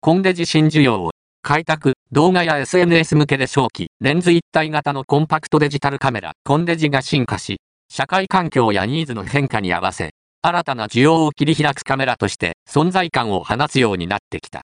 コンデジ新需要を開拓、動画や SNS 向けで小気、レンズ一体型のコンパクトデジタルカメラ、コンデジが進化し、社会環境やニーズの変化に合わせ、新たな需要を切り開くカメラとして存在感を放つようになってきた。